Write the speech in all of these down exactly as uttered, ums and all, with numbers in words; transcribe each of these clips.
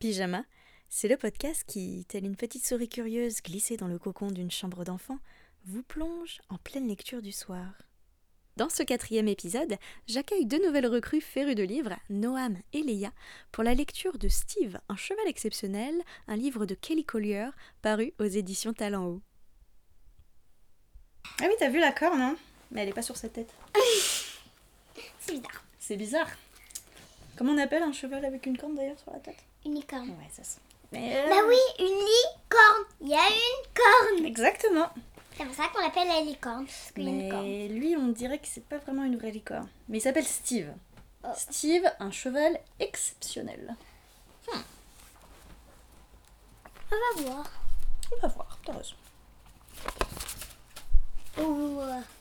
Pyjama, c'est le podcast qui, telle une petite souris curieuse glissée dans le cocon d'une chambre d'enfant, vous plonge en pleine lecture du soir. Dans ce quatrième épisode, j'accueille deux nouvelles recrues férues de livres, Noam et Léa, pour la lecture de Steve, un cheval exceptionnel, un livre de Kelly Collier, paru aux éditions Talent Haut. Ah oui, t'as vu la corne, hein? Mais elle est pas sur sa tête. C'est bizarre. C'est bizarre. Comment on appelle un cheval avec une corne d'ailleurs sur la tête? Une licorne. Ouais, ça c'est... Mais euh... Bah oui, une licorne. Il y a une corne. Exactement. C'est pour ça qu'on l'appelle la licorne. Parce qu'il y a une corne. Mais lui, on dirait que c'est pas vraiment une vraie licorne. Mais il s'appelle Steve. Oh. Steve, un cheval exceptionnel. Hmm. On va voir. On va voir, t'as raison. Ouh.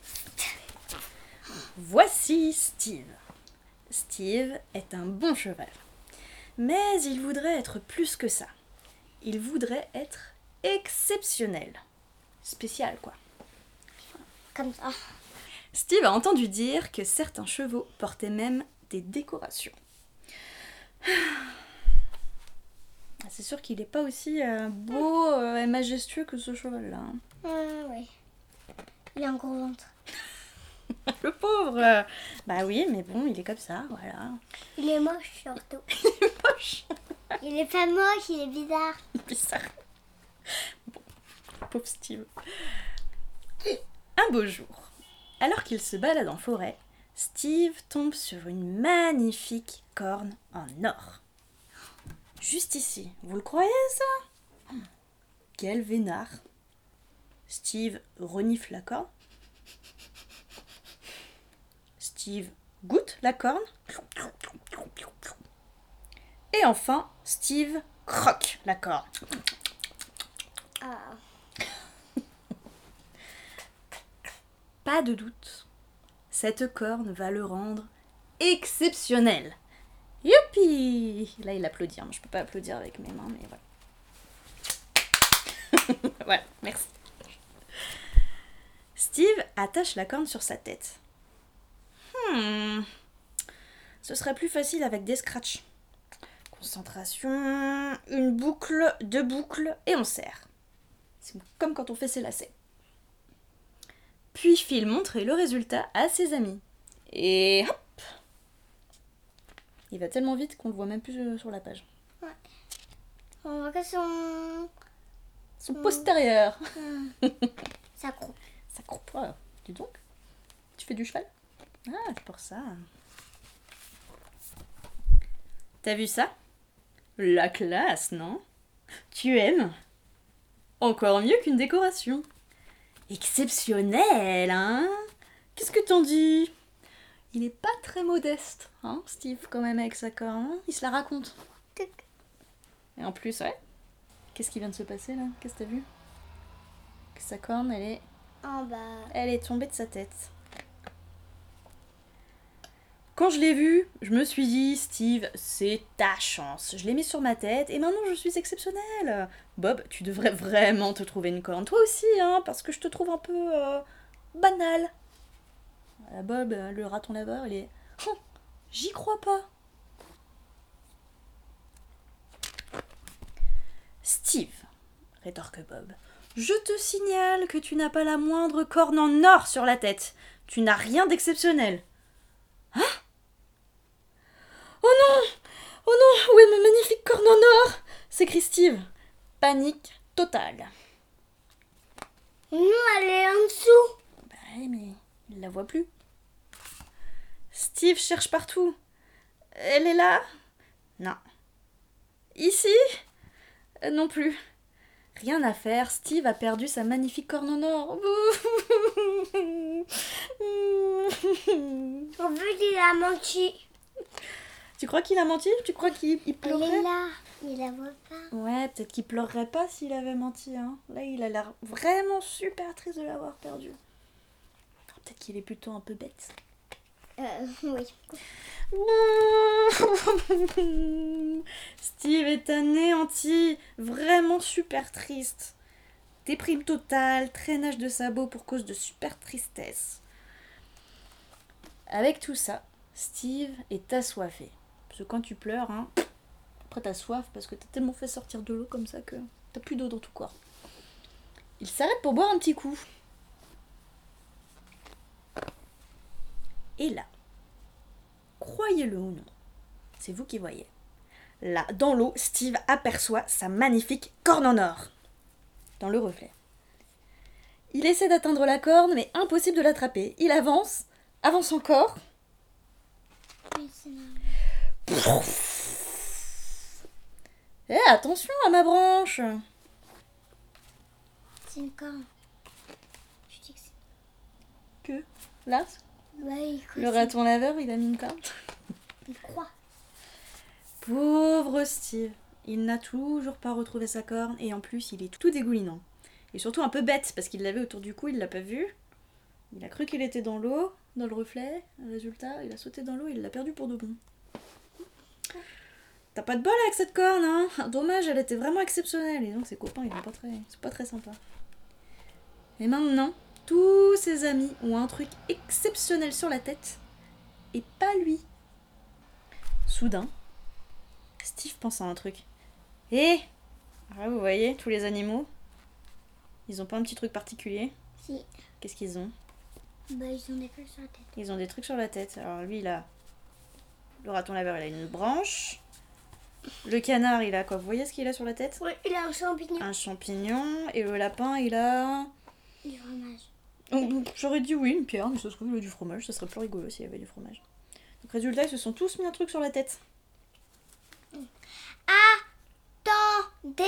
Voici Steve. Steve est un bon cheval. Mais il voudrait être plus que ça. Il voudrait être exceptionnel. Spécial, quoi. Comme ça. Steve a entendu dire que certains chevaux portaient même des décorations. C'est sûr qu'il n'est pas aussi euh, beau euh, et majestueux que ce cheval-là. Hein. Ah, oui. Il a un gros ventre. Le pauvre. Bah oui, mais bon, il est comme ça, voilà. Il est moche surtout. Il est moche. Il est pas moche, il est bizarre. Bizarre. Bon, pauvre Steve. Un beau jour, alors qu'il se balade en forêt, Steve tombe sur une magnifique corne en or. Juste ici, vous le croyez ça? Quel vénard. Steve renifle la corne. Steve goûte la corne. Et enfin, Steve croque la corne. Ah. Pas de doute, cette corne va le rendre exceptionnel. Youpi! Là, il applaudit. Hein. Je peux pas applaudir avec mes mains, mais voilà. Voilà, merci. Steve attache la corne sur sa tête. Hmm. Ce serait plus facile avec des scratchs. Concentration, une boucle, deux boucles, et on serre. C'est comme quand on fait ses lacets. Puis Phil montrait le résultat à ses amis. Et hop! Il va tellement vite qu'on le voit même plus sur la page. Ouais. On voit que son... Son postérieur. Hum. Ça croupe. Ça croupe pas. Dis donc. Tu fais du cheval? Ah, c'est pour ça. T'as vu ça? La classe, non? Tu aimes? Encore mieux qu'une décoration. Exceptionnel, hein? Qu'est-ce que t'en dis? Il est pas très modeste, hein, Steve, quand même, avec sa corne. Hein, il se la raconte. Et en plus, ouais. Qu'est-ce qui vient de se passer, là? Qu'est-ce que t'as vu? Que sa corne, elle est... En bas. Elle est tombée de sa tête. Quand je l'ai vu, je me suis dit, Steve, c'est ta chance. Je l'ai mis sur ma tête et maintenant je suis exceptionnelle. Bob, tu devrais vraiment te trouver une corne. Toi aussi, hein, parce que je te trouve un peu euh, banal. Voilà, Bob, le raton laveur, il est... Oh, j'y crois pas. Steve, rétorque Bob, je te signale que tu n'as pas la moindre corne en or sur la tête. Tu n'as rien d'exceptionnel. Hein? Oh non! Oh non! Où est ma magnifique corne en or? S'écrie Steve. Panique totale. Non, elle est en dessous. Bah oui, mais il la voit plus. Steve cherche partout. Elle est là? Non. Ici? Euh, non plus. Rien à faire, Steve a perdu sa magnifique corne en or. En fait, il a menti. Tu crois qu'il a menti? Tu crois qu'il il Elle pleurait? est là. Il la voit pas. Ouais, peut-être qu'il pleurerait pas s'il avait menti. Hein. Là, il a l'air vraiment super triste de l'avoir perdu. Peut-être qu'il est plutôt un peu bête. Euh, oui. Steve est anéanti, vraiment super triste. Déprime totale, traînage de sabots pour cause de super tristesse. Avec tout ça, Steve est assoiffé. Parce que quand tu pleures, hein, après t'as soif parce que t'as tellement fait sortir de l'eau comme ça que t'as plus d'eau dans ton corps. Il s'arrête pour boire un petit coup. Et là, croyez-le ou non, c'est vous qui voyez. Là, dans l'eau, Steve aperçoit sa magnifique corne en or. Dans le reflet. Il essaie d'atteindre la corne, mais impossible de l'attraper. Il avance, avance encore. Oui, c'est normal. Eh, attention à ma branche! C'est une corne. Je dis que c'est... Que? Là? Ouais, Le raton laveur, il a mis une corne. Il croit. Pauvre Steve. Il n'a toujours pas retrouvé sa corne et en plus, il est tout dégoulinant. Et surtout un peu bête parce qu'il l'avait autour du cou, il l'a pas vu. Il a cru qu'il était dans l'eau, dans le reflet. Résultat, il a sauté dans l'eau et il l'a perdu pour de bon. T'as pas de bol avec cette corne, hein? Dommage, elle était vraiment exceptionnelle. Et donc ses copains, ils sont pas très, ils sont pas très sympas. Et maintenant, tous ses amis ont un truc exceptionnel sur la tête. Et pas lui. Soudain, Steve pense à un truc. Eh! Ah, vous voyez, tous les animaux, ils ont pas un petit truc particulier? Si. Qu'est-ce qu'ils ont? Bah, ils ont des trucs sur la tête. Ils ont des trucs sur la tête. Alors lui, il a... Le raton laveur, il a une branche. Le canard, il a quoi? Vous voyez ce qu'il a sur la tête? Oui, il a un champignon. Un champignon. Et le lapin, il a... Du fromage. Oh, j'aurais dit oui, une pierre, mais ça se trouve, il a du fromage. Ça serait plus rigolo s'il y avait du fromage. Donc résultat, ils se sont tous mis un truc sur la tête. Attendez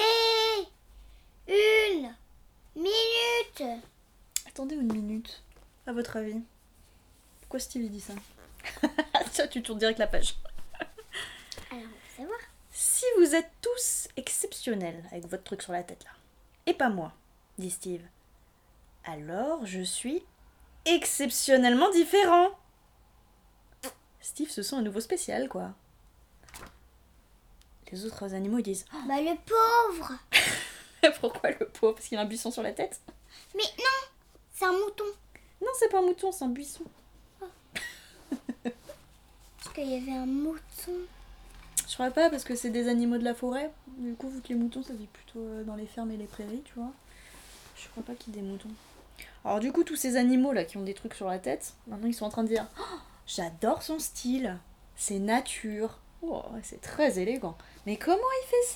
une minute. Attendez une minute. À votre avis, pourquoi Steve il dit ça? Tiens, tu tournes direct la page. Alors, on va savoir. Si vous êtes tous exceptionnels avec votre truc sur la tête là, et pas moi, dit Steve, alors je suis exceptionnellement différent. Steve se sent un nouveau spécial, quoi. Les autres animaux ils disent oh, Bah, le pauvre. pourquoi le pauvre? Parce qu'il a un buisson sur la tête? Mais non, c'est un mouton. Non, c'est pas un mouton, c'est un buisson. Parce qu'il y avait un mouton. Je crois pas, parce que c'est des animaux de la forêt. Du coup, vu que les moutons, ça vit plutôt dans les fermes et les prairies, tu vois. Je crois pas qu'il y ait des moutons. Alors du coup, tous ces animaux-là qui ont des trucs sur la tête, maintenant ils sont en train de dire oh, j'adore son style, c'est nature. Oh, c'est très élégant. Mais comment il fait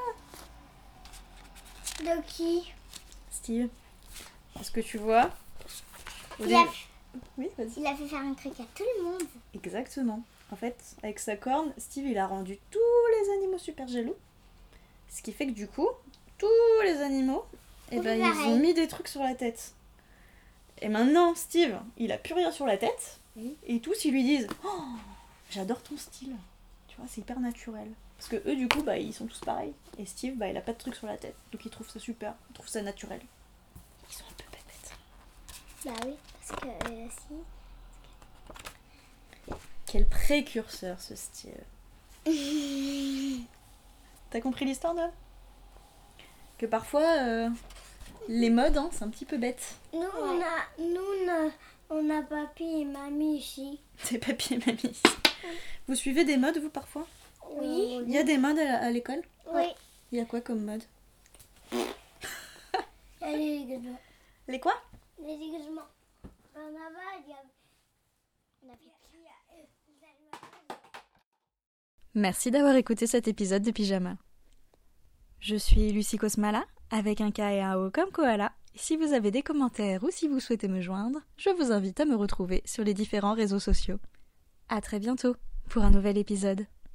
ça? De qui? Steve, est-ce que tu vois? Au Il début- a, Oui, vas-y. il a fait faire un truc à tout le monde. Exactement. En fait, avec sa corne, Steve, il a rendu tous les animaux super jaloux. Ce qui fait que du coup, tous les animaux, eh ben, ils pareil. ont mis des trucs sur la tête. Et maintenant, Steve, il a plus rien sur la tête. Oui. Et tous, ils lui disent oh, j'adore ton style. Tu vois, c'est hyper naturel. Parce que eux, du coup, bah, ils sont tous pareils. Et Steve, bah, il a pas de trucs sur la tête. Donc il trouve ça super. Il trouve ça naturel. Ils sont un peu bêtes. Bah oui, parce que euh, si. Quel précurseur, ce style. T'as compris l'histoire, Noël? Que parfois, euh, les modes, hein, c'est un petit peu bête. Nous, on a, nous, on a, on a papy et mamie ici. C'est papy et mamie. Vous suivez des modes, vous, parfois? Oui. Il y a des modes à, à l'école? Oui. Il y a quoi comme mode? Il y a les déguisements. Les quoi? Les déguisements. En aval, il y a... On a fait... Merci d'avoir écouté cet épisode de Pyjama. Je suis Lucie Kosmala, avec un K et un O comme koala. Si vous avez des commentaires ou si vous souhaitez me joindre, je vous invite à me retrouver sur les différents réseaux sociaux. À très bientôt pour un nouvel épisode.